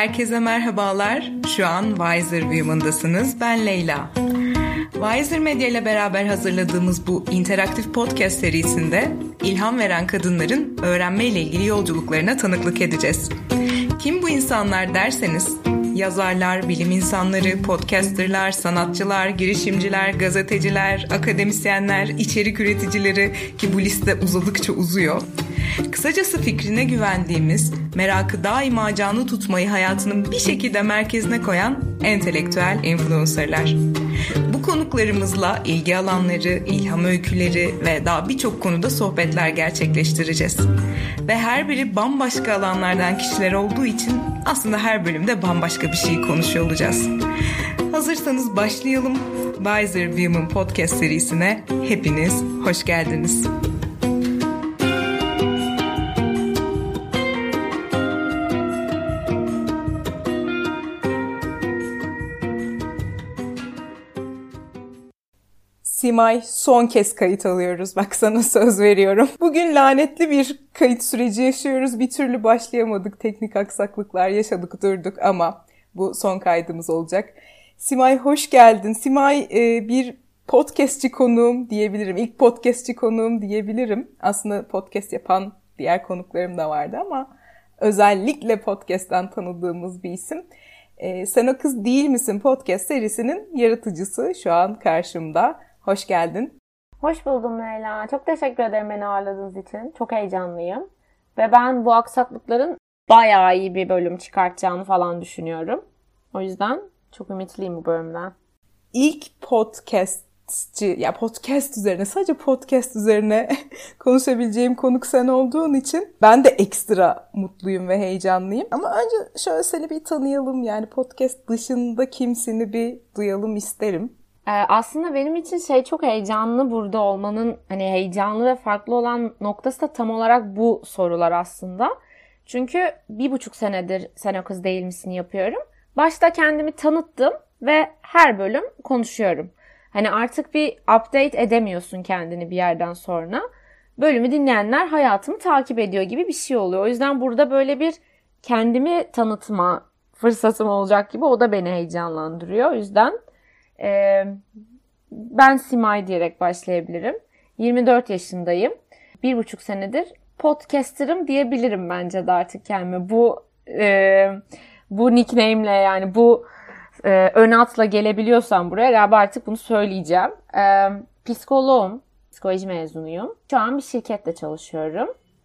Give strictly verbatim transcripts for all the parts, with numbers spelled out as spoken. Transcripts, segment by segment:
Herkese merhabalar. Şu an Wiser Women'dasınız. Ben Leyla. Wiser Medya ile beraber hazırladığımız bu interaktif podcast serisinde ilham veren kadınların öğrenme ile ilgili yolculuklarına tanıklık edeceğiz. Kim bu insanlar derseniz, yazarlar, bilim insanları, podcasterlar, sanatçılar, girişimciler, gazeteciler, akademisyenler, içerik üreticileri ki bu liste uzadıkça uzuyor. Kısacası fikrine güvendiğimiz, merakı daima canlı tutmayı hayatının bir şekilde merkezine koyan entelektüel influencerlar. Bu konuklarımızla ilgi alanları, ilham öyküleri ve daha birçok konuda sohbetler gerçekleştireceğiz. Ve her biri bambaşka alanlardan kişiler olduğu için aslında her bölümde bambaşka bir şey konuşuyor olacağız. Hazırsanız başlayalım. Wiser Women Podcast serisine hepiniz hoş geldiniz. Simay, son kez kayıt alıyoruz. Bak sana söz veriyorum. Bugün lanetli bir kayıt süreci yaşıyoruz. Bir türlü başlayamadık. Teknik aksaklıklar yaşadık, durduk ama bu son kaydımız olacak. Simay hoş geldin. Simay bir podcastçi konuğum diyebilirim. İlk podcastçi konuğum diyebilirim. Aslında podcast yapan diğer konuklarım da vardı ama özellikle podcast'ten tanıdığımız bir isim. Sen o kız değil misin podcast serisinin yaratıcısı şu an karşımda. Hoş geldin. Hoş buldum Leyla. Çok teşekkür ederim beni ağırladığınız için. Çok heyecanlıyım. Ve ben bu aksaklıkların bayağı iyi bir bölüm çıkartacağını falan düşünüyorum. O yüzden çok ümitliyim bu bölümden. İlk podcastçi, ya podcast üzerine, sadece podcast üzerine konuşabileceğim konuk sen olduğun için ben de ekstra mutluyum ve heyecanlıyım. Ama önce şöyle seni bir tanıyalım. Yani podcast dışında kimsini bir duyalım isterim. Aslında benim için şey çok heyecanlı burada olmanın, hani heyecanlı ve farklı olan noktası da tam olarak bu sorular aslında. Çünkü bir buçuk senedir Sen O Kız Değil Misin yapıyorum. Başta kendimi tanıttım ve her bölüm konuşuyorum. Hani artık bir update edemiyorsun kendini bir yerden sonra. Bölümü dinleyenler hayatımı takip ediyor gibi bir şey oluyor. O yüzden burada böyle bir kendimi tanıtma fırsatım olacak gibi, o da beni heyecanlandırıyor. O yüzden Ee, ben Simay diyerek başlayabilirim. yirmi dört yaşındayım. Bir buçuk senedir podcaster'ım diyebilirim bence de artık kendime. Bu e, bu nickname'le, yani bu e, ön atla gelebiliyorsam buraya galiba artık bunu söyleyeceğim. E, psikoloğum, psikoloji mezunuyum. Şu an bir şirkette çalışıyorum.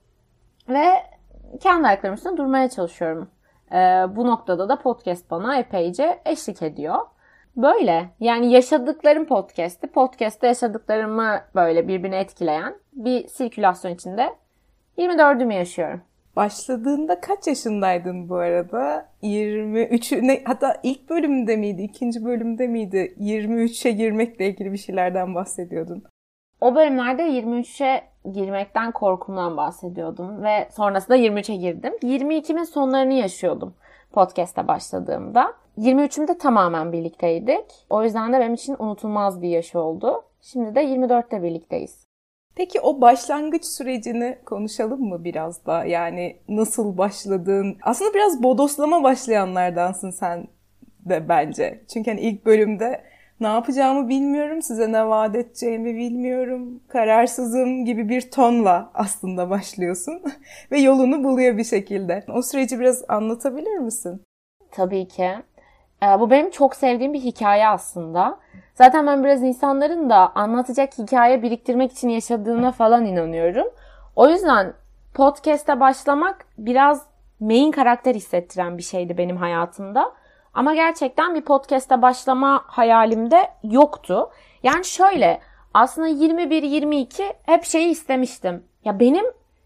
Ve kendi ayaklarım üstünde durmaya çalışıyorum. E, bu noktada da podcast bana epeyce eşlik ediyor. Böyle. Yani yaşadıklarım podcast'ti. Podcast'te yaşadıklarımı böyle birbirine etkileyen bir sirkülasyon içinde yirmi dördümü yaşıyorum. Başladığında kaç yaşındaydın bu arada? yirmi üç, ne, hatta ilk bölümde miydi, ikinci bölümde miydi? yirmi üçe girmekle ilgili bir şeylerden bahsediyordun. O bölümlerde yirmi üçe girmekten korkumdan bahsediyordum ve sonrasında yirmi üçe girdim. yirmi ikimin sonlarını yaşıyordum podcast'a başladığımda. yirmi üçümde tamamen birlikteydik. O yüzden de benim için unutulmaz bir yaş oldu. Şimdi de yirmi dörtte birlikteyiz. Peki o başlangıç sürecini konuşalım mı biraz da? Yani nasıl başladın? Aslında biraz bodoslama başlayanlardansın sen de bence. Çünkü hani ilk bölümde ne yapacağımı bilmiyorum, size ne vaat edeceğimi bilmiyorum, kararsızım gibi bir tonla aslında başlıyorsun. Ve yolunu buluyor bir şekilde. O süreci biraz anlatabilir misin? Tabii ki. Bu benim çok sevdiğim bir hikaye aslında. Zaten ben biraz insanların da anlatacak hikaye biriktirmek için yaşadığına falan inanıyorum. O yüzden podcast'e başlamak biraz main karakter hissettiren bir şeydi benim hayatımda. Ama gerçekten bir podcast'e başlama hayalimde yoktu. Yani şöyle, aslında yirmi bir yirmi iki hep şeyi istemiştim. Ya benim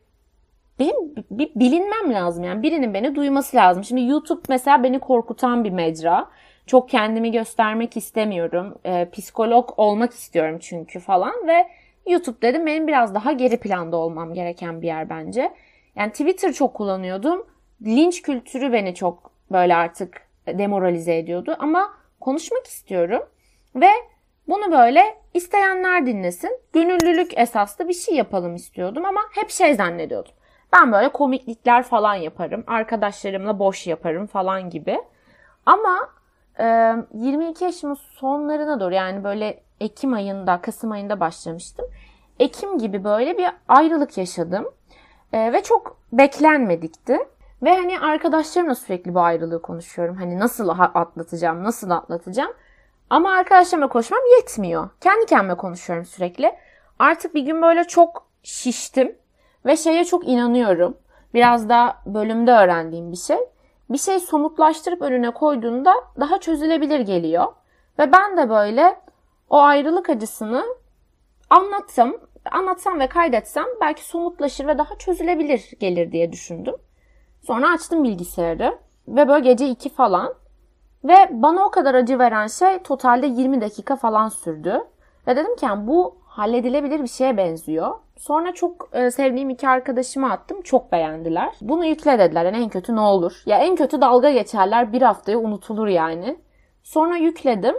Benim bir bilinmem lazım, yani birinin beni duyması lazım. Şimdi YouTube mesela beni korkutan bir mecra. Çok kendimi göstermek istemiyorum. E, psikolog olmak istiyorum çünkü falan ve YouTube dedim benim biraz daha geri planda olmam gereken bir yer bence. Yani Twitter çok kullanıyordum. Linç kültürü beni çok böyle artık demoralize ediyordu ama konuşmak istiyorum ve bunu böyle isteyenler dinlesin, gönüllülük esaslı bir şey yapalım istiyordum ama hep şey zannediyordum. Ben böyle komiklikler falan yaparım. Arkadaşlarımla boş yaparım falan gibi. Ama e, yirmi iki yaşımın sonlarına doğru, yani böyle Ekim ayında, Kasım ayında başlamıştım. Ekim gibi böyle bir ayrılık yaşadım. E, ve çok beklenmedikti. Ve hani arkadaşlarımla sürekli bu ayrılığı konuşuyorum. Hani nasıl atlatacağım, nasıl atlatacağım. Ama arkadaşlarımla konuşmam yetmiyor. Kendi kendime konuşuyorum sürekli. Artık bir gün böyle çok şiştim. Ve şeye çok inanıyorum. Biraz da bölümde öğrendiğim bir şey. Bir şey somutlaştırıp önüne koyduğunda daha çözülebilir geliyor. Ve ben de böyle o ayrılık acısını anlatsam, anlatsam ve kaydetsem belki somutlaşır ve daha çözülebilir gelir diye düşündüm. Sonra açtım bilgisayarı ve böyle gece iki falan. Ve bana o kadar acı veren şey totalde yirmi dakika falan sürdü. Ve dedim ki yani bu halledilebilir bir şeye benziyor. Sonra çok e, sevdiğim iki arkadaşıma attım. Çok beğendiler. Bunu yükle dediler. Yani en kötü ne olur? Ya en kötü dalga geçerler. Bir haftaya unutulur yani. Sonra yükledim.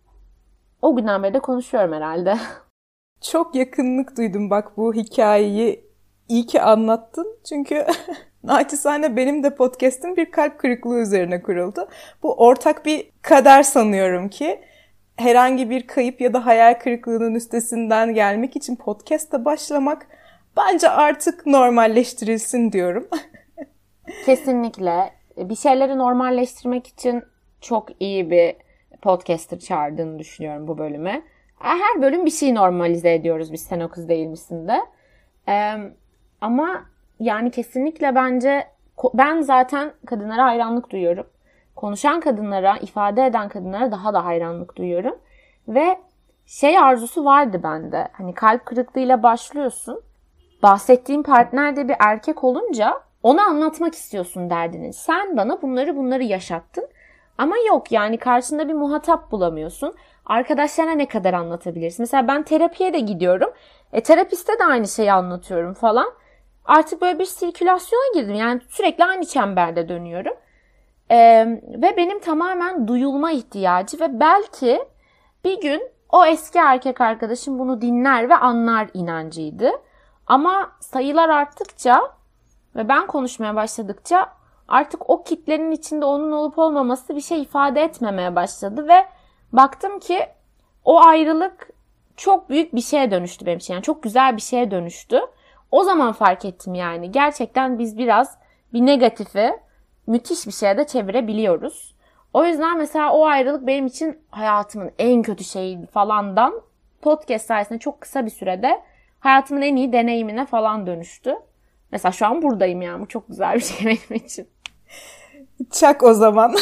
O günden beri de konuşuyorum herhalde. Çok yakınlık duydum bak bu hikayeyi. İyi ki anlattın. Çünkü naçizane benim de podcast'im bir kalp kırıklığı üzerine kuruldu. Bu ortak bir kader sanıyorum ki. Herhangi bir kayıp ya da hayal kırıklığının üstesinden gelmek için podcast'a başlamak bence artık normalleştirilsin diyorum. Kesinlikle. Bir şeyleri normalleştirmek için çok iyi bir podcaster çağırdığını düşünüyorum bu bölüme. Her bölüm bir şeyi normalize ediyoruz biz Sen O Kız Değil Misin de. Ee, ama yani kesinlikle bence ben zaten kadınlara hayranlık duyuyorum. Konuşan kadınlara, ifade eden kadınlara daha da hayranlık duyuyorum. Ve şey arzusu vardı bende. Hani kalp kırıklığıyla başlıyorsun. Bahsettiğim partner de bir erkek olunca ona anlatmak istiyorsun derdini. Sen bana bunları bunları yaşattın. Ama yok yani karşında bir muhatap bulamıyorsun. Arkadaşlarına ne kadar anlatabilirsin? Mesela ben terapiye de gidiyorum. E terapiste de aynı şeyi anlatıyorum falan. Artık böyle bir sirkülasyona girdim. Yani sürekli aynı çemberde dönüyorum. Ee, ve benim tamamen duyulma ihtiyacı ve belki bir gün o eski erkek arkadaşım bunu dinler ve anlar inancıydı. Ama sayılar arttıkça ve ben konuşmaya başladıkça artık o kitlenin içinde onun olup olmaması bir şey ifade etmemeye başladı ve baktım ki o ayrılık çok büyük bir şeye dönüştü benim için. Yani çok güzel bir şeye dönüştü. O zaman fark ettim yani gerçekten biz biraz bir negatifi müthiş bir şeye de çevirebiliyoruz. O yüzden mesela o ayrılık benim için hayatımın en kötü şeyi falandan podcast sayesinde çok kısa bir sürede hayatımın en iyi deneyimine falan dönüştü. Mesela şu an buradayım yani. Bu çok güzel bir şey benim için. Çak o zaman.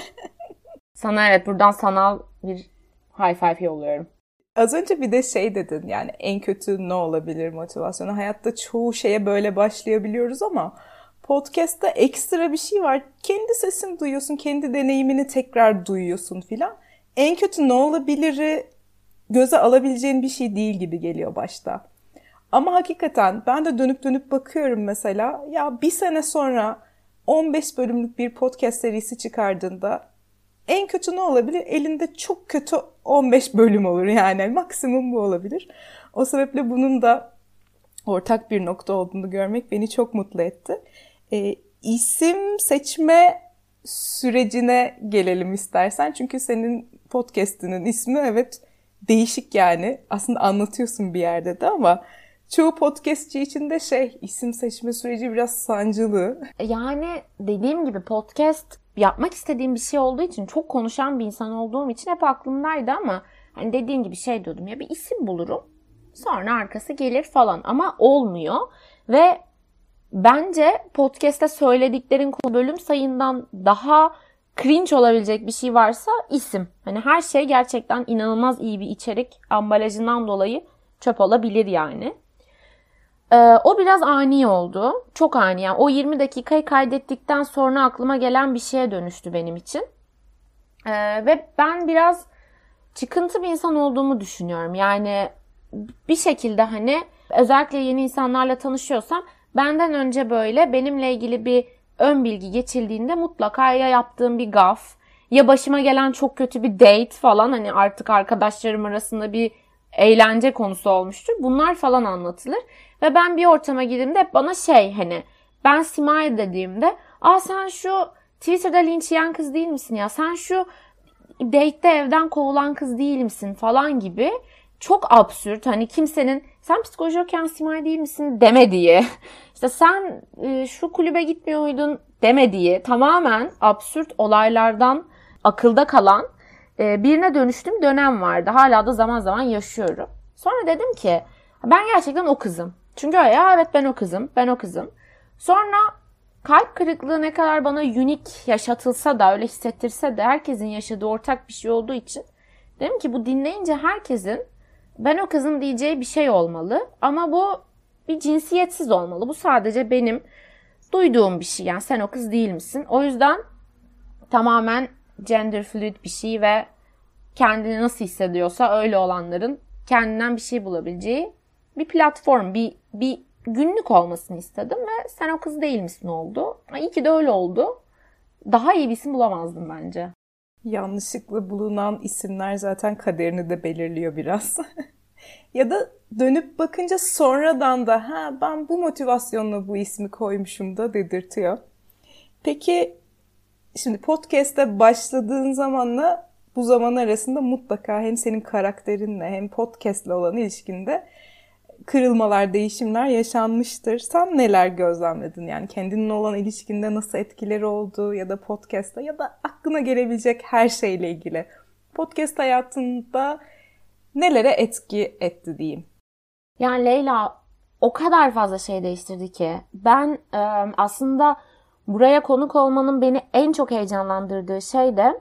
Sana evet buradan sanal bir high five yolluyorum. Az önce bir de şey dedin yani en kötü ne olabilir motivasyonu. Hayatta çoğu şeye böyle başlayabiliyoruz ama podcast'ta ekstra bir şey var. Kendi sesini duyuyorsun, kendi deneyimini tekrar duyuyorsun filan. En kötü ne olabilir'i göze alabileceğin bir şey değil gibi geliyor başta. Ama hakikaten ben de dönüp dönüp bakıyorum mesela. Ya bir sene sonra on beş bölümlük bir podcast serisi çıkardığında en kötü ne olabilir? Elinde çok kötü on beş bölüm olur yani. Maksimum bu olabilir. O sebeple bunun da ortak bir nokta olduğunu görmek beni çok mutlu etti. E, isim seçme sürecine gelelim istersen. Çünkü senin podcast'inin ismi evet değişik yani. Aslında anlatıyorsun bir yerde de ama çoğu podcastçi için de şey isim seçme süreci biraz sancılı. Yani dediğim gibi podcast yapmak istediğim bir şey olduğu için çok konuşan bir insan olduğum için hep aklımdaydı ama hani dediğin gibi şey diyordum ya bir isim bulurum sonra arkası gelir falan ama olmuyor ve bence podcast'te söylediklerin bölüm sayından daha cringe olabilecek bir şey varsa isim. Hani her şey gerçekten inanılmaz iyi bir içerik ambalajından dolayı çöp olabilir yani. Ee, o biraz ani oldu. Çok ani. Yani o yirmi dakikayı kaydettikten sonra aklıma gelen bir şeye dönüştü benim için. Ee, ve ben biraz çıkıntı bir insan olduğumu düşünüyorum. Yani bir şekilde hani özellikle yeni insanlarla tanışıyorsam benden önce böyle benimle ilgili bir ön bilgi geçildiğinde mutlaka ya yaptığım bir gaf ya başıma gelen çok kötü bir date falan hani artık arkadaşlarım arasında bir eğlence konusu olmuştur. Bunlar falan anlatılır. Ve ben bir ortama girdiğimde hep bana şey hani Ben Simay dediğimde aa sen şu Twitter'da linç yiyen kız değil misin ya? Sen şu date'de evden kovulan kız değil misin falan gibi çok absürt. Hani kimsenin sen psikoloji okuyan Simay değil misin demediği, işte sen e, şu kulübe gitmiyor muydun demediği tamamen absürt olaylardan akılda kalan e, birine dönüştüğüm dönem vardı. Hala da zaman zaman yaşıyorum. Sonra dedim ki ben gerçekten o kızım. Çünkü ya evet ben o kızım, ben o kızım. Sonra kalp kırıklığı ne kadar bana unik yaşatılsa da, öyle hissettirse de herkesin yaşadığı ortak bir şey olduğu için dedim ki bu dinleyince herkesin ben o kızım diyeceği bir şey olmalı. Ama bu bir cinsiyetsiz olmalı. Bu sadece benim duyduğum bir şey. Yani sen o kız değil misin? O yüzden tamamen gender fluid bir şey ve kendini nasıl hissediyorsa öyle olanların kendinden bir şey bulabileceği bir platform, bir, bir günlük olmasını istedim ve sen o kız değil misin oldu. İyi ki de öyle oldu. Daha iyi bir isim bulamazdım bence. Yanlışlıkla bulunan isimler zaten kaderini de belirliyor biraz. Ya da dönüp bakınca sonradan da ha ben bu motivasyonla bu ismi koymuşum da dedirtiyor. Peki şimdi podcast'e başladığın zamanla bu zaman arasında mutlaka hem senin karakterinle hem podcast'le olan ilişkinde kırılmalar, değişimler yaşanmıştır. Sen neler gözlemledin? Yani kendinle olan ilişkinde nasıl etkileri oldu ya da podcast'ta ya da aklına gelebilecek her şeyle ilgili. Podcast hayatında nelere etki etti diyeyim? Yani Leyla o kadar fazla şey değiştirdi ki. Ben e, aslında buraya konuk olmanın beni en çok heyecanlandırdığı şey de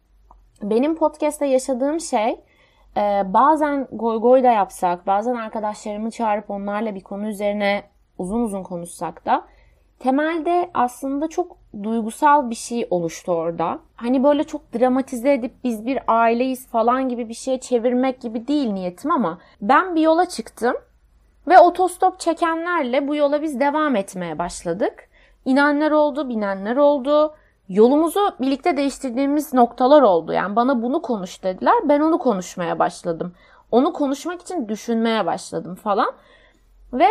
benim podcast'ta yaşadığım şey e, bazen goy goy da yapsak, bazen arkadaşlarımı çağırıp onlarla bir konu üzerine uzun uzun konuşsak da temelde aslında çok duygusal bir şey oluştu orada. Hani böyle çok dramatize edip biz bir aileyiz falan gibi bir şeye çevirmek gibi değil niyetim ama ben bir yola çıktım ve otostop çekenlerle bu yola biz devam etmeye başladık. İnenler oldu, binenler oldu. Yolumuzu birlikte değiştirdiğimiz noktalar oldu. Yani bana bunu konuş dediler. Ben onu konuşmaya başladım. Onu konuşmak için düşünmeye başladım falan. Ve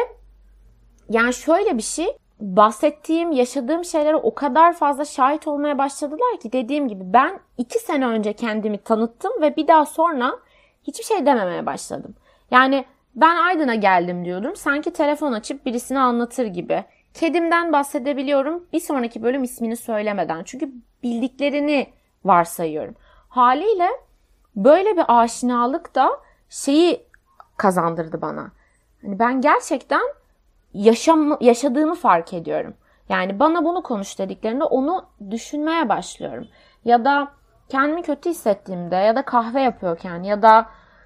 yani şöyle bir şey, bahsettiğim, yaşadığım şeylere o kadar fazla şahit olmaya başladılar ki dediğim gibi ben iki sene önce kendimi tanıttım ve bir daha sonra hiçbir şey dememeye başladım. Yani ben Aydın'a geldim diyorum. Sanki telefon açıp birisine anlatır gibi. Kedimden bahsedebiliyorum bir sonraki bölüm ismini söylemeden. Çünkü bildiklerini varsayıyorum. Haliyle böyle bir aşinalık da şeyi kazandırdı bana. Hani ben gerçekten yaşam, yaşadığımı fark ediyorum. Yani bana bunu konuş dediklerinde onu düşünmeye başlıyorum. Ya da kendimi kötü hissettiğimde ya da kahve yapıyorken ya da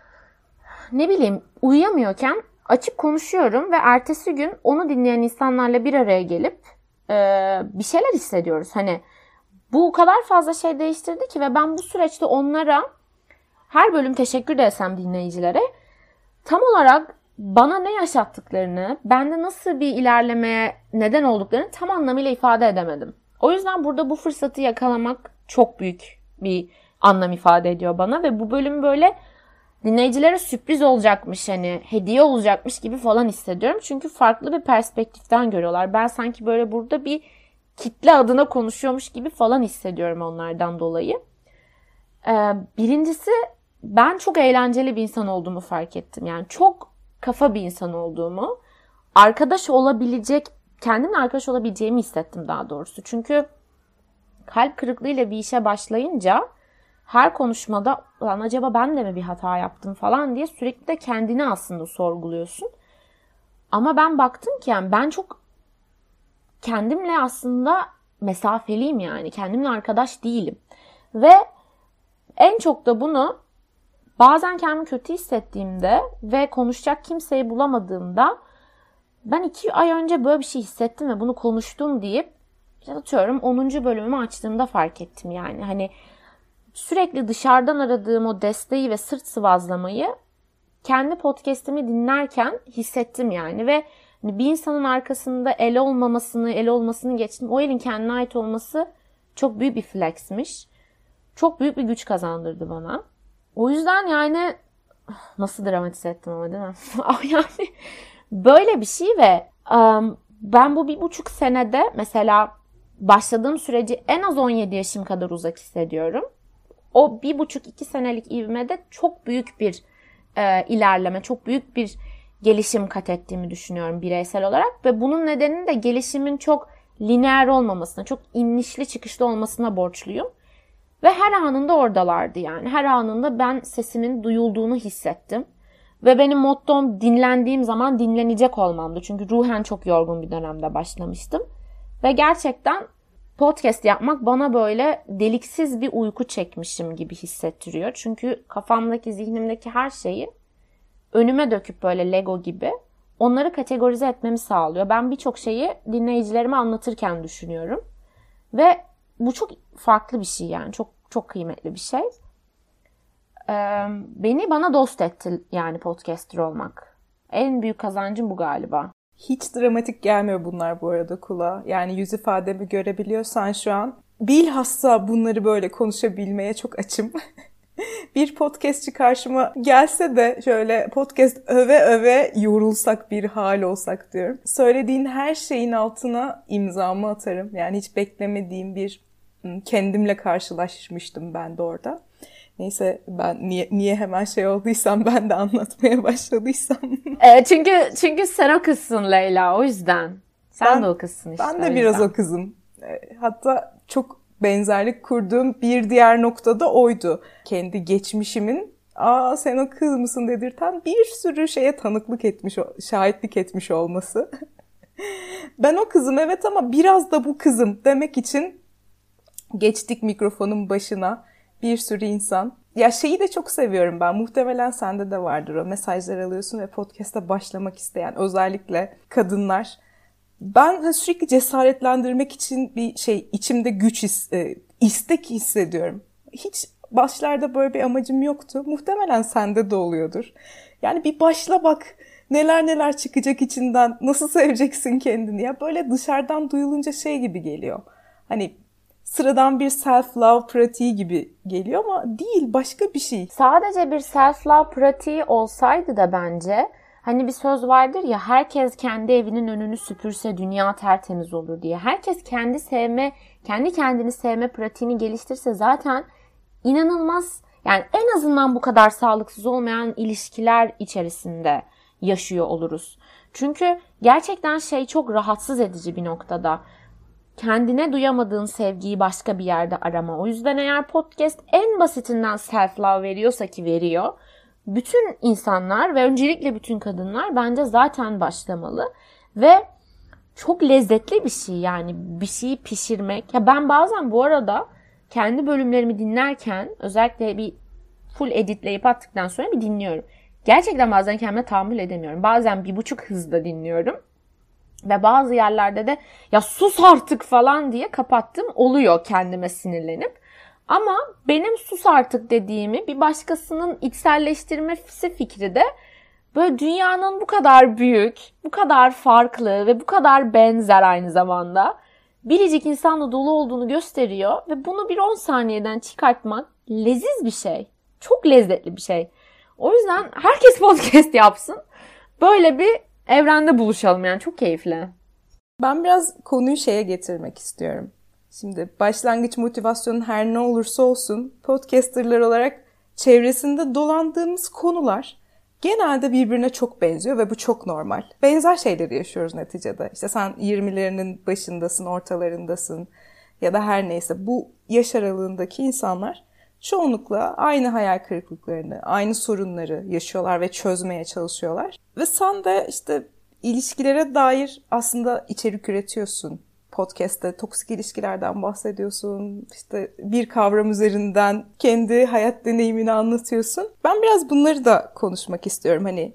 ne bileyim uyuyamıyorken açıp konuşuyorum ve ertesi gün onu dinleyen insanlarla bir araya gelip e, bir şeyler hissediyoruz. Hani bu kadar fazla şey değiştirdi ki ve ben bu süreçte onlara her bölüm teşekkür de etsem dinleyicilere tam olarak bana ne yaşattıklarını, bende nasıl bir ilerlemeye neden olduklarını tam anlamıyla ifade edemedim. O yüzden burada bu fırsatı yakalamak çok büyük bir anlam ifade ediyor bana ve bu bölüm böyle dinleyicilere sürpriz olacakmış, hani hediye olacakmış gibi falan hissediyorum. Çünkü farklı bir perspektiften görüyorlar. Ben sanki böyle burada bir kitle adına konuşuyormuş gibi falan hissediyorum onlardan dolayı. Ee, birincisi ben çok eğlenceli bir insan olduğumu fark ettim. Yani çok kafa bir insan olduğumu, arkadaş olabilecek, kendimle arkadaş olabileceğimi hissettim daha doğrusu. Çünkü kalp kırıklığıyla bir işe başlayınca her konuşmada lan acaba ben de mi bir hata yaptım falan diye sürekli de kendini aslında sorguluyorsun. Ama ben baktım ki yani ben çok kendimle aslında mesafeliyim yani. Kendimle arkadaş değilim. Ve en çok da bunu bazen kendimi kötü hissettiğimde ve konuşacak kimseyi bulamadığımda ben iki ay önce böyle bir şey hissettim ve bunu konuştum deyip atıyorum onuncu bölümümü açtığımda fark ettim yani. Hani sürekli dışarıdan aradığım o desteği ve sırt sıvazlamayı kendi podcast'imi dinlerken hissettim yani ve bir insanın arkasında el olmamasını, el olmasını geçtim. O elin kendine ait olması çok büyük bir flexmiş. Çok büyük bir güç kazandırdı bana. O yüzden yani nasıl dramatize ettim ama değil mi? Yani böyle bir şey ve um, Ben bu bir buçuk senede mesela başladığım süreci en az on yedi yaşım kadar uzak hissediyorum. O bir buçuk iki senelik ivmede çok büyük bir e, ilerleme, çok büyük bir gelişim kat ettiğimi düşünüyorum bireysel olarak. Ve bunun nedeni de gelişimin çok lineer olmamasına, çok inişli çıkışlı olmasına borçluyum. Ve her anında oradalardı yani. Her anında ben sesimin duyulduğunu hissettim. Ve benim mottom dinlendiğim zaman dinlenecek olmamdı. Çünkü ruhen çok yorgun bir dönemde başlamıştım. Ve gerçekten podcast yapmak bana böyle deliksiz bir uyku çekmişim gibi hissettiriyor. Çünkü kafamdaki, zihnimdeki her şeyi önüme döküp böyle Lego gibi onları kategorize etmemi sağlıyor. Ben birçok şeyi dinleyicilerime anlatırken düşünüyorum. Ve bu çok farklı bir şey yani. Çok çok kıymetli bir şey. Ee, beni bana dost etti yani podcaster olmak. En büyük kazancım bu galiba. Hiç dramatik gelmiyor bunlar bu arada kulağa. Yani yüz ifademi görebiliyorsan şu an. Bilhassa bunları böyle konuşabilmeye çok açım. Bir podcastçi karşıma gelse de şöyle podcast öve öve yorulsak bir hal olsak diyorum. Söylediğin her şeyin altına imzamı atarım. Yani hiç beklemediğim bir kendimle karşılaşmıştım ben de orada. Neyse ben niye, niye hemen şey olduysam ben de anlatmaya başladıysam. E, çünkü çünkü sen o kızsın Leyla, o yüzden. Sen ben, de o kızsın işte. Ben de biraz o kızım. Hatta çok benzerlik kurduğum bir diğer noktada oydu. Kendi geçmişimin aa sen o kız mısın dedirten bir sürü şeye tanıklık etmiş, şahitlik etmiş olması. Ben o kızım evet ama biraz da bu kızım demek için geçtik mikrofonun başına. Bir sürü insan. Ya şeyi de çok seviyorum ben. Muhtemelen sende de vardır o. Mesajlar alıyorsun ve podcast'a başlamak isteyen özellikle kadınlar. Ben sürekli cesaretlendirmek için bir şey içimde güç, his, istek hissediyorum. Hiç başlarda böyle bir amacım yoktu. Muhtemelen sende de oluyordur. Yani bir başla bak neler neler çıkacak içinden. Nasıl seveceksin kendini ya. Böyle dışarıdan duyulunca şey gibi geliyor. Hani sıradan bir self-love pratiği gibi geliyor ama değil, başka bir şey. Sadece bir self-love pratiği olsaydı da bence hani bir söz vardır ya, herkes kendi evinin önünü süpürse dünya tertemiz olur diye. Herkes kendi sevme, kendi kendini sevme pratiğini geliştirse zaten inanılmaz, yani en azından bu kadar sağlıksız olmayan ilişkiler içerisinde yaşıyor oluruz. Çünkü gerçekten şey çok rahatsız edici bir noktada. Kendine duyamadığın sevgiyi başka bir yerde arama. O yüzden eğer podcast en basitinden self-love veriyorsa ki veriyor, bütün insanlar ve öncelikle bütün kadınlar bence zaten başlamalı. Ve çok lezzetli bir şey yani bir şeyi pişirmek. Ya ben bazen bu arada kendi bölümlerimi dinlerken özellikle bir full editleyip attıktan sonra bir dinliyorum. Gerçekten bazen kendime tahammül edemiyorum. Bazen bir buçuk hızda dinliyorum. Ve bazı yerlerde de ya sus artık falan diye kapattım oluyor kendime sinirlenip. Ama benim sus artık dediğimi bir başkasının içselleştirmesi fikri de böyle dünyanın bu kadar büyük, bu kadar farklı ve bu kadar benzer aynı zamanda biricik insanla dolu olduğunu gösteriyor. Ve bunu bir on saniyeden çıkartmak leziz bir şey. Çok lezzetli bir şey. O yüzden herkes podcast yapsın. Böyle bir evrende buluşalım yani, çok keyifli. Ben biraz konuyu şeye getirmek istiyorum. Şimdi başlangıç motivasyonun her ne olursa olsun podcasterlar olarak çevresinde dolandığımız konular genelde birbirine çok benziyor ve bu çok normal. Benzer şeyleri yaşıyoruz neticede. İşte sen yirmilerinin başındasın, ortalarındasın ya da her neyse bu yaş aralığındaki insanlar çoğunlukla aynı hayal kırıklıklarını, aynı sorunları yaşıyorlar ve çözmeye çalışıyorlar. Ve sen de işte ilişkilere dair aslında içerik üretiyorsun. Podcast'te toksik ilişkilerden bahsediyorsun. İşte bir kavram üzerinden kendi hayat deneyimini anlatıyorsun. Ben biraz bunları da konuşmak istiyorum. Hani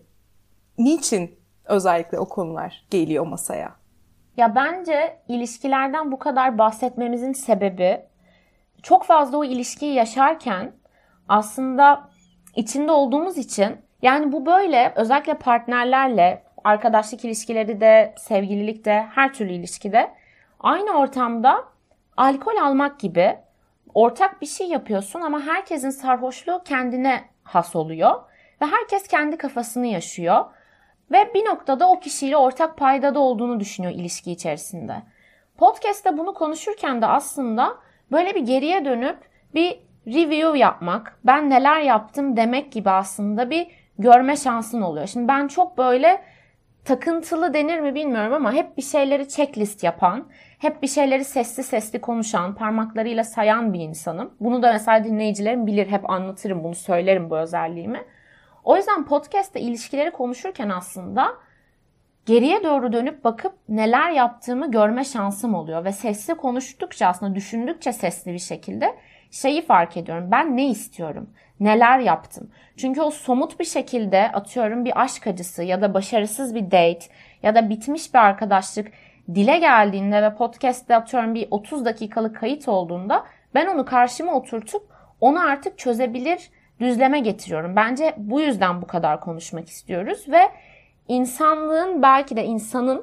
niçin özellikle o konular geliyor masaya? Ya bence ilişkilerden bu kadar bahsetmemizin sebebi çok fazla o ilişkiyi yaşarken aslında içinde olduğumuz için, yani bu böyle özellikle partnerlerle, arkadaşlık ilişkileri de, sevgililik de, her türlü ilişkide aynı ortamda alkol almak gibi ortak bir şey yapıyorsun ama herkesin sarhoşluğu kendine has oluyor ve herkes kendi kafasını yaşıyor. ve bir noktada o kişiyle ortak paydada olduğunu düşünüyor ilişki içerisinde. Podcast'te bunu konuşurken de aslında böyle bir geriye dönüp bir review yapmak, ben neler yaptım demek gibi aslında bir görme şansın oluyor. Şimdi ben çok böyle takıntılı denir mi bilmiyorum ama hep bir şeyleri checklist yapan, hep bir şeyleri sesli sesli konuşan, parmaklarıyla sayan bir insanım. Bunu da mesela dinleyicilerim bilir, hep anlatırım, bunu söylerim bu özelliğimi. O yüzden podcast'te ilişkileri konuşurken aslında geriye doğru dönüp bakıp neler yaptığımı görme şansım oluyor. Ve sesli konuştukça, aslında düşündükçe sesli bir şekilde şeyi fark ediyorum. Ben ne istiyorum? Neler yaptım? Çünkü o somut bir şekilde, atıyorum bir aşk acısı ya da başarısız bir date ya da bitmiş bir arkadaşlık dile geldiğinde ve podcast'te atıyorum bir otuz dakikalık kayıt olduğunda ben onu karşıma oturtup onu artık çözebilir düzleme getiriyorum. Bence bu yüzden bu kadar konuşmak istiyoruz ve insanlığın, belki de insanın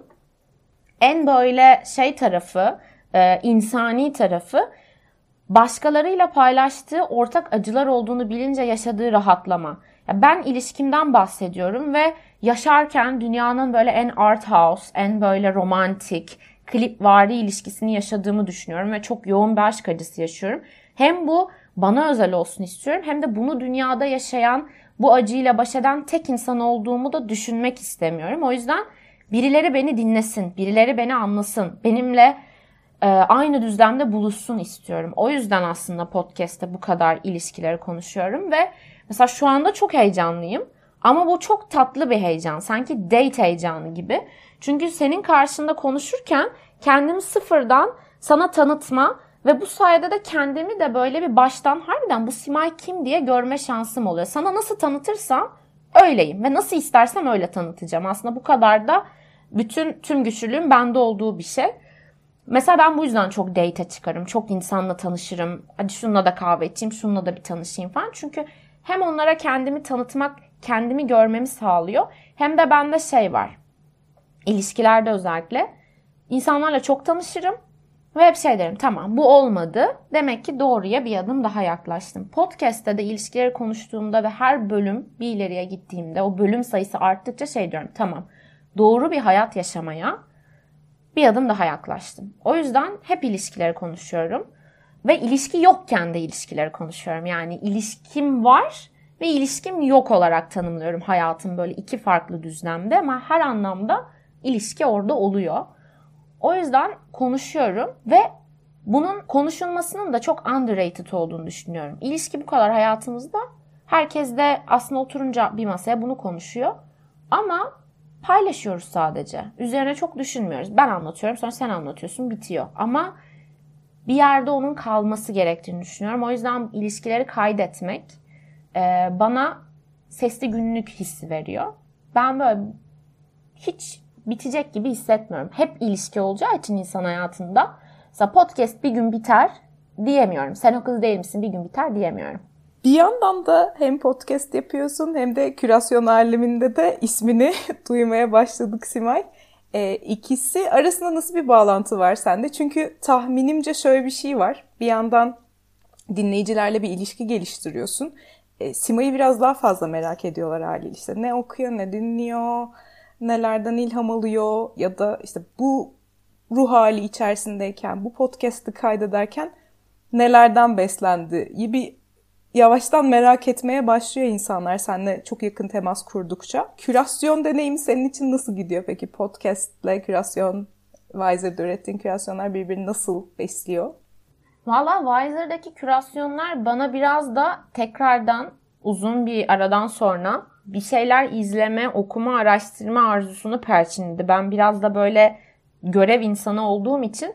en böyle şey tarafı, e, insani tarafı, başkalarıyla paylaştığı ortak acılar olduğunu bilince yaşadığı rahatlama. Ya ben ilişkimden bahsediyorum ve yaşarken dünyanın böyle en art house, en böyle romantik, klipvari ilişkisini yaşadığımı düşünüyorum ve çok yoğun bir aşk acısı yaşıyorum. Hem bu bana özel olsun istiyorum, hem de bunu dünyada yaşayan, bu acıyla baş eden tek insan olduğumu da düşünmek istemiyorum. O yüzden birileri beni dinlesin, birileri beni anlasın, benimle e, aynı düzlemde buluşsun istiyorum. O yüzden aslında podcast'te bu kadar ilişkileri konuşuyorum ve mesela şu anda çok heyecanlıyım. Ama bu çok tatlı bir heyecan, sanki date heyecanı gibi. Çünkü senin karşında konuşurken kendimi sıfırdan sana tanıtma ve bu sayede de kendimi de böyle bir baştan harbiden bu Simay kim diye görme şansım oluyor. Sana nasıl tanıtırsam öyleyim ve nasıl istersem öyle tanıtacağım. Aslında bu kadar da bütün tüm güçlülüğün bende olduğu bir şey. Mesela ben bu yüzden çok date'e çıkarım. Çok insanla tanışırım. Hadi şununla da kahve içeyim, şununla da bir tanışayım falan. Çünkü hem onlara kendimi tanıtmak, kendimi görmemi sağlıyor. Hem de bende şey var. İlişkilerde özellikle insanlarla çok tanışırım. Ve hep şey derim, tamam bu olmadı. Demek ki doğruya bir adım daha yaklaştım. Podcast'te de ilişkileri konuştuğumda ve her bölüm bir ileriye gittiğimde o bölüm sayısı arttıkça şey diyorum, tamam doğru bir hayat yaşamaya bir adım daha yaklaştım. O yüzden hep ilişkileri konuşuyorum. Ve ilişki yokken de ilişkileri konuşuyorum. Yani ilişkim var ve ilişkim yok olarak tanımlıyorum hayatım böyle iki farklı düzlemde. Ama her anlamda ilişki orada oluyor. O yüzden konuşuyorum ve bunun konuşulmasının da çok underrated olduğunu düşünüyorum. İlişki bu kadar hayatımızda. Herkes de aslında oturunca bir masaya bunu konuşuyor. Ama paylaşıyoruz sadece. Üzerine çok düşünmüyoruz. Ben anlatıyorum, sonra sen anlatıyorsun, bitiyor. Ama bir yerde onun kalması gerektiğini düşünüyorum. O yüzden ilişkileri kaydetmek e, bana sesli günlük hissi veriyor. Ben böyle hiç bitecek gibi hissetmiyorum. Hep ilişki olacağı için insan hayatında. Mesela podcast bir gün biter diyemiyorum. Sen o kız değil misin, bir gün biter diyemiyorum. Bir yandan da hem podcast yapıyorsun hem de kürasyon aleminde de ismini duymaya başladık Simay. E, ikisi arasında nasıl bir bağlantı var sende? Çünkü tahminimce şöyle bir şey var. Bir yandan dinleyicilerle bir ilişki geliştiriyorsun. E, Simay'ı biraz daha fazla merak ediyorlar haliyle. İşte ne okuyor, ne dinliyor, nelerden ilham alıyor ya da işte bu ruh hali içerisindeyken, bu podcast'ı kaydederken nelerden beslendi gibi yavaştan merak etmeye başlıyor insanlar seninle çok yakın temas kurdukça. Kürasyon deneyimi senin için nasıl gidiyor peki? Podcast'le kürasyon, Wiser'da ürettiğin kürasyonlar birbirini nasıl besliyor? Valla Wiser'daki kürasyonlar bana biraz da tekrardan uzun bir aradan sonra bir şeyler izleme, okuma, araştırma arzusunu perçinledi. Ben biraz da böyle görev insanı olduğum için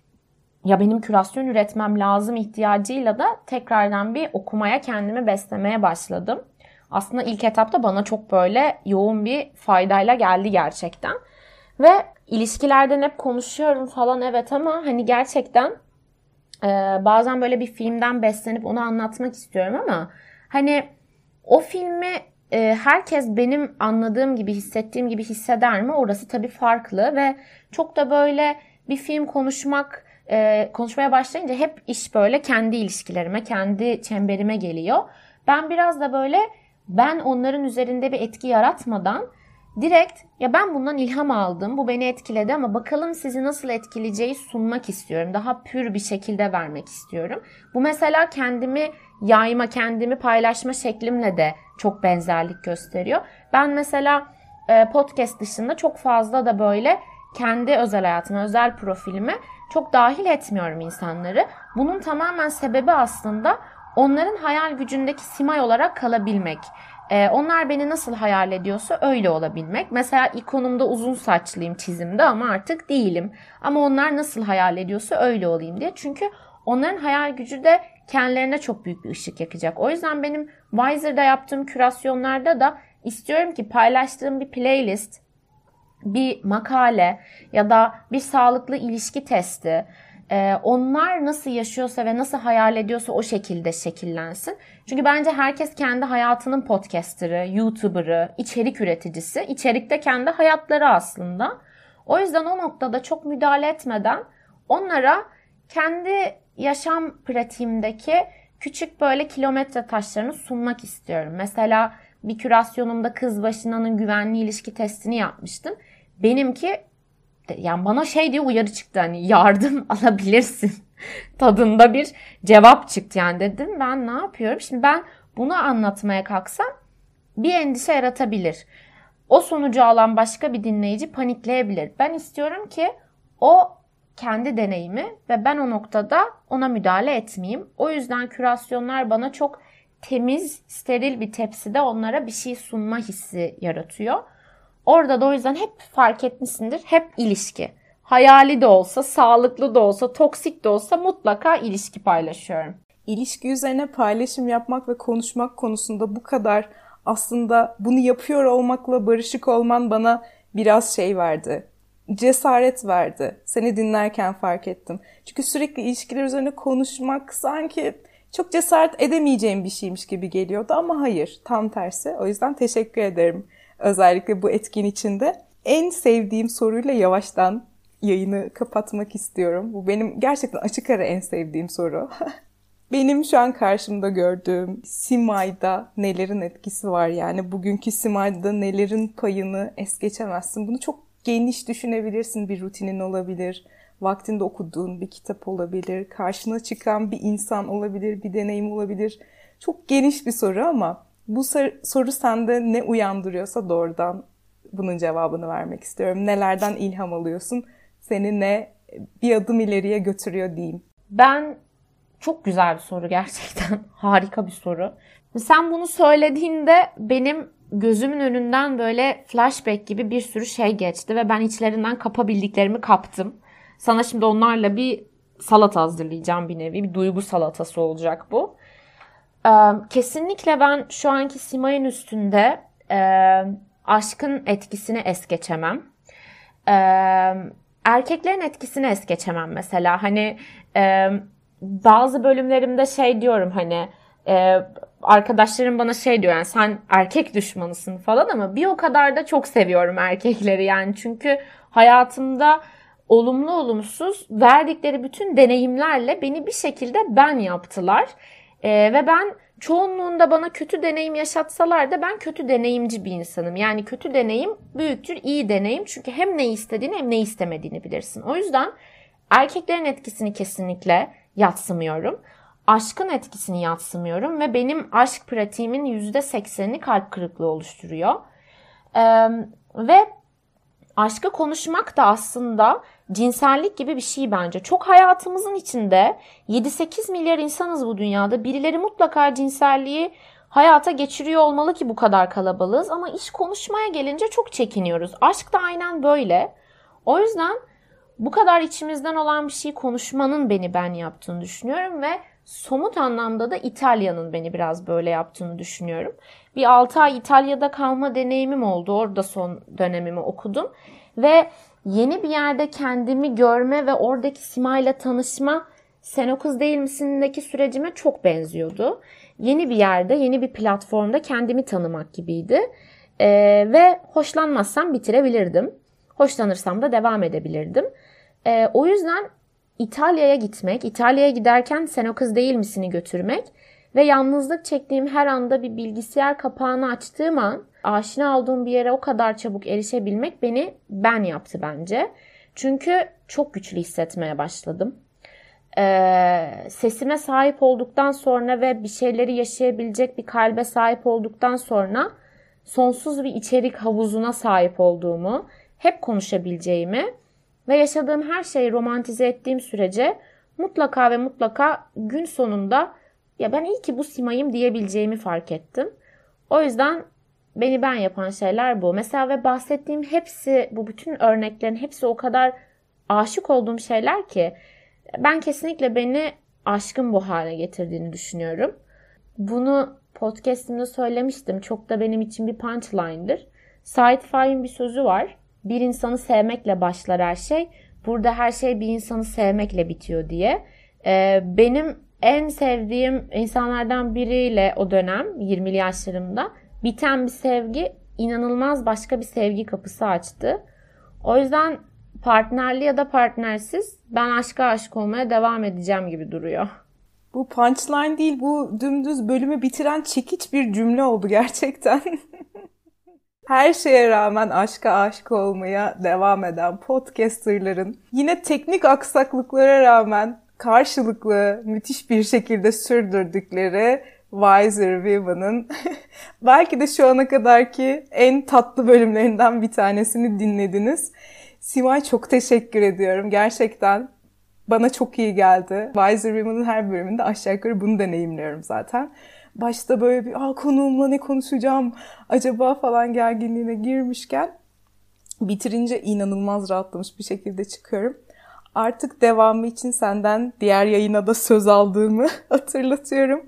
ya benim kürasyon üretmem lazım ihtiyacıyla da tekrardan bir okumaya, kendimi beslemeye başladım. Aslında ilk etapta bana çok böyle yoğun bir faydayla geldi gerçekten. Ve ilişkilerden hep konuşuyorum falan, evet, ama hani gerçekten e, bazen böyle bir filmden beslenip onu anlatmak istiyorum ama hani o filmi e, herkes benim anladığım gibi, hissettiğim gibi hisseder mi? Orası tabii farklı ve çok da böyle bir film konuşmak Ee, konuşmaya başlayınca hep iş böyle kendi ilişkilerime, kendi çemberime geliyor. Ben biraz da böyle ben onların üzerinde bir etki yaratmadan direkt ya ben bundan ilham aldım, bu beni etkiledi ama bakalım sizi nasıl etkileyeceği sunmak istiyorum. Daha pür bir şekilde vermek istiyorum. Bu mesela kendimi yayma, kendimi paylaşma şeklimle de çok benzerlik gösteriyor. Ben mesela podcast dışında çok fazla da böyle kendi özel hayatıma, özel profilime çok dahil etmiyorum insanları. Bunun tamamen sebebi aslında onların hayal gücündeki simay olarak kalabilmek. Ee, onlar beni nasıl hayal ediyorsa öyle olabilmek. Mesela ikonumda uzun saçlıyım çizimde ama artık değilim. Ama onlar nasıl hayal ediyorsa öyle olayım diye. Çünkü onların hayal gücü de kendilerine çok büyük bir ışık yakacak. O yüzden benim Wiser'da yaptığım kürasyonlarda da istiyorum ki paylaştığım bir playlist, bir makale ya da bir sağlıklı ilişki testi, onlar nasıl yaşıyorsa ve nasıl hayal ediyorsa o şekilde şekillensin. Çünkü bence herkes kendi hayatının podcasterı, YouTuber'ı, içerik üreticisi. İçerikte kendi hayatları aslında. O yüzden o noktada çok müdahale etmeden onlara kendi yaşam pratiğimdeki küçük böyle kilometre taşlarını sunmak istiyorum. Mesela bir kürasyonumda kız başınanın güvenli ilişki testini yapmıştım. Benimki yani bana şey diye uyarı çıktı, hani yardım alabilirsin tadında bir cevap çıktı. Yani dedim ben ne yapıyorum? Şimdi ben bunu anlatmaya kalksam bir endişe yaratabilir. O sonucu alan başka bir dinleyici panikleyebilir. Ben istiyorum ki o kendi deneyimi ve ben o noktada ona müdahale etmeyeyim. O yüzden kürasyonlar bana çok temiz, steril bir tepside onlara bir şey sunma hissi yaratıyor. Orada da o yüzden hep fark etmişsindir, hep ilişki. Hayali de olsa, sağlıklı da olsa, toksik de olsa mutlaka ilişki paylaşıyorum. İlişki üzerine paylaşım yapmak ve konuşmak konusunda bu kadar aslında bunu yapıyor olmakla barışık olman bana biraz şey verdi. Cesaret verdi. Seni dinlerken fark ettim. Çünkü sürekli ilişkiler üzerine konuşmak sanki çok cesaret edemeyeceğim bir şeymiş gibi geliyordu ama hayır, tam tersi. O yüzden teşekkür ederim. Özellikle bu etkin içinde. En sevdiğim soruyla yavaştan yayını kapatmak istiyorum. Bu benim gerçekten açık ara en sevdiğim soru. Benim şu an karşımda gördüğüm simayda nelerin etkisi var? Yani bugünkü simayda nelerin payını es geçemezsin. Bunu çok geniş düşünebilirsin. Bir rutinin olabilir, vaktinde okuduğun bir kitap olabilir, karşına çıkan bir insan olabilir, bir deneyim olabilir. Çok geniş bir soru ama bu soru sende ne uyandırıyorsa doğrudan bunun cevabını vermek istiyorum. Nelerden ilham alıyorsun? Seni ne bir adım ileriye götürüyor diyeyim. Ben çok güzel bir soru gerçekten. Harika bir soru. Sen bunu söylediğinde benim gözümün önünden böyle flashback gibi bir sürü şey geçti ve ben içlerinden kapabildiklerimi kaptım. Sana şimdi onlarla bir salata hazırlayacağım, bir nevi. Bir duygu salatası olacak bu. Kesinlikle ben şu anki simayın üstünde e, aşkın etkisini es geçemem. E, erkeklerin etkisini es geçemem mesela. Hani e, bazı bölümlerimde şey diyorum, hani e, arkadaşlarım bana şey diyor, yani sen erkek düşmanısın falan, ama bir o kadar da çok seviyorum erkekleri yani. Çünkü hayatımda olumlu olumsuz verdikleri bütün deneyimlerle beni bir şekilde ben yaptılar. Ee, ve ben çoğunluğunda bana kötü deneyim yaşatsalar da ben kötü deneyimci bir insanım. Yani kötü deneyim büyüktür iyi deneyim. Çünkü hem ne istediğini hem ne istemediğini bilirsin. O yüzden erkeklerin etkisini kesinlikle yadsımıyorum. Aşkın etkisini yadsımıyorum ve benim aşk pratiğimin yüzde seksenini kalp kırıklığı oluşturuyor. Ee, ve aşkı konuşmak da aslında cinsellik gibi bir şey bence. Çok hayatımızın içinde yedi sekiz milyar insanız bu dünyada. Birileri mutlaka cinselliği hayata geçiriyor olmalı ki bu kadar kalabalığız. Ama iş konuşmaya gelince çok çekiniyoruz. Aşk da aynen böyle. O yüzden bu kadar içimizden olan bir şeyi konuşmanın beni ben yaptığını düşünüyorum ve somut anlamda da İtalya'nın beni biraz böyle yaptığını düşünüyorum. Bir altı ay İtalya'da kalma deneyimim oldu. Orada son dönemimi okudum. Ve yeni bir yerde kendimi görme ve oradaki simayla tanışma Sen o kız değil misin'deki sürecime çok benziyordu. Yeni bir yerde, yeni bir platformda kendimi tanımak gibiydi. Ee, ve hoşlanmazsam bitirebilirdim. Hoşlanırsam da devam edebilirdim. Ee, o yüzden İtalya'ya gitmek, İtalya'ya giderken Sen o kız değil misin'i götürmek ve yalnızlık çektiğim her anda bir bilgisayar kapağını açtığım an aşina olduğum bir yere o kadar çabuk erişebilmek beni ben yaptı bence. Çünkü çok güçlü hissetmeye başladım. Ee, sesime sahip olduktan sonra ve bir şeyleri yaşayabilecek bir kalbe sahip olduktan sonra sonsuz bir içerik havuzuna sahip olduğumu, hep konuşabileceğimi ve yaşadığım her şeyi romantize ettiğim sürece mutlaka ve mutlaka gün sonunda ya ben iyi ki bu Simay'ım diyebileceğimi fark ettim. O yüzden beni ben yapan şeyler bu. Mesela ve bahsettiğim hepsi, bu bütün örneklerin hepsi o kadar aşık olduğum şeyler ki ben kesinlikle beni aşkın bu hale getirdiğini düşünüyorum. Bunu podcast'imde söylemiştim. Çok da benim için bir punchline'dır. Said Faik'in bir sözü var. Bir insanı sevmekle başlar her şey. Burada her şey bir insanı sevmekle bitiyor diye. Ee, benim en sevdiğim insanlardan biriyle o dönem yirmili yaşlarımda biten bir sevgi inanılmaz başka bir sevgi kapısı açtı. O yüzden partnerli ya da partnersiz ben aşka aşık olmaya devam edeceğim gibi duruyor. Bu punchline değil, bu dümdüz bölümü bitiren çekiç bir cümle oldu gerçekten. Her şeye rağmen aşka aşık olmaya devam eden podcasterların yine teknik aksaklıklara rağmen karşılıklı müthiş bir şekilde sürdürdükleri Wiser Women'ın belki de şu ana kadarki en tatlı bölümlerinden bir tanesini dinlediniz. Simay, çok teşekkür ediyorum. Gerçekten bana çok iyi geldi. Wiser Women'ın her bölümünde aşağı yukarı bunu deneyimliyorum zaten. Başta böyle bir Aa, konuğumla ne konuşacağım acaba falan gerginliğine girmişken bitirince inanılmaz rahatlamış bir şekilde çıkıyorum. Artık devamı için senden diğer yayına da söz aldığımı hatırlatıyorum.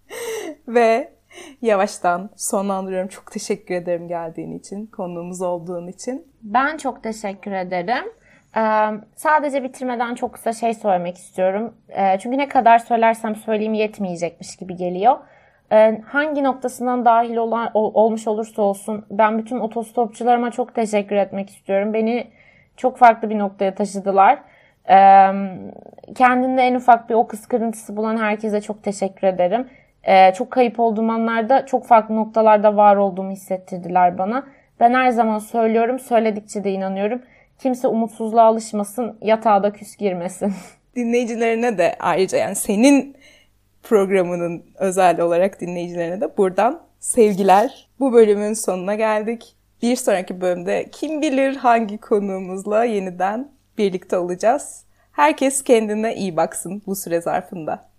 Ve yavaştan sonlandırıyorum. Çok teşekkür ederim geldiğin için, konuğumuz olduğun için. Ben çok teşekkür ederim. Ee, sadece bitirmeden çok kısa şey söylemek istiyorum. Ee, çünkü ne kadar söylersem söyleyeyim yetmeyecekmiş gibi geliyor. Ee, hangi noktasından dahil olan, ol, olmuş olursa olsun ben bütün otostopçularıma çok teşekkür etmek istiyorum. Beni çok farklı bir noktaya taşıdılar. Ee, kendinde en ufak bir o kıskırıntısı bulan herkese çok teşekkür ederim. Ee, çok kayıp olduğum anlarda çok farklı noktalarda var olduğumu hissettirdiler bana. Ben her zaman söylüyorum, söyledikçe de inanıyorum. Kimse umutsuzluğa alışmasın, yatağa da küs girmesin. Dinleyicilerine de ayrıca, yani senin programının özel olarak dinleyicilerine de buradan sevgiler. Bu bölümün sonuna geldik. Bir sonraki bölümde kim bilir hangi konuğumuzla yeniden birlikte olacağız. Herkes kendine iyi baksın bu süre zarfında.